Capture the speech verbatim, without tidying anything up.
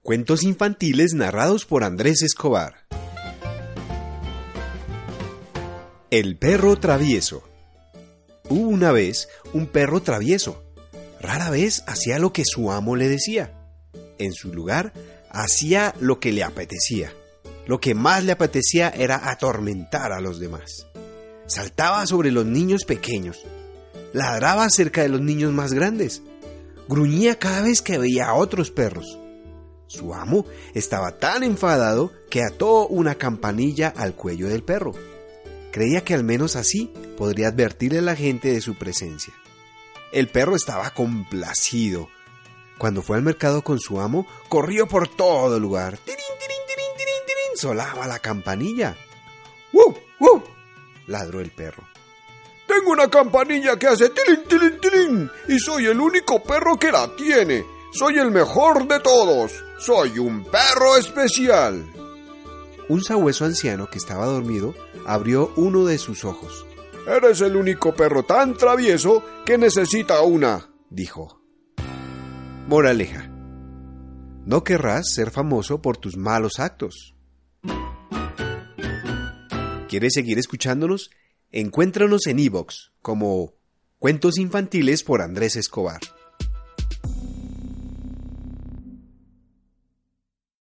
Cuentos infantiles narrados por Andrés Escobar. El perro travieso. Hubo una vez un perro travieso. Rara vez hacía lo que su amo le decía. En su lugar, hacía lo que le apetecía. Lo que más le apetecía era atormentar a los demás. Saltaba sobre los niños pequeños. Ladraba cerca de los niños más grandes. Gruñía cada vez que veía a otros perros. Su amo estaba tan enfadado que ató una campanilla al cuello del perro. Creía que al menos así podría advertirle a la gente de su presencia. El perro estaba complacido. Cuando fue al mercado con su amo, corrió por todo el lugar. ¡Tirín, tirín, tirín, tirín, tirín! Sonaba la campanilla. ¡Wow, wow! Ladró el perro. Tengo una campanilla que hace tirín, tirín, tirín, y soy el único perro que la tiene. Soy el mejor de todos. Soy un perro especial. Un sabueso anciano que estaba dormido abrió uno de sus ojos. Eres el único perro tan travieso que necesita una, dijo. Moraleja: no querrás ser famoso por tus malos actos. ¿Quieres seguir escuchándonos? Encuéntranos en iVoox como Cuentos Infantiles por Andrés Escobar.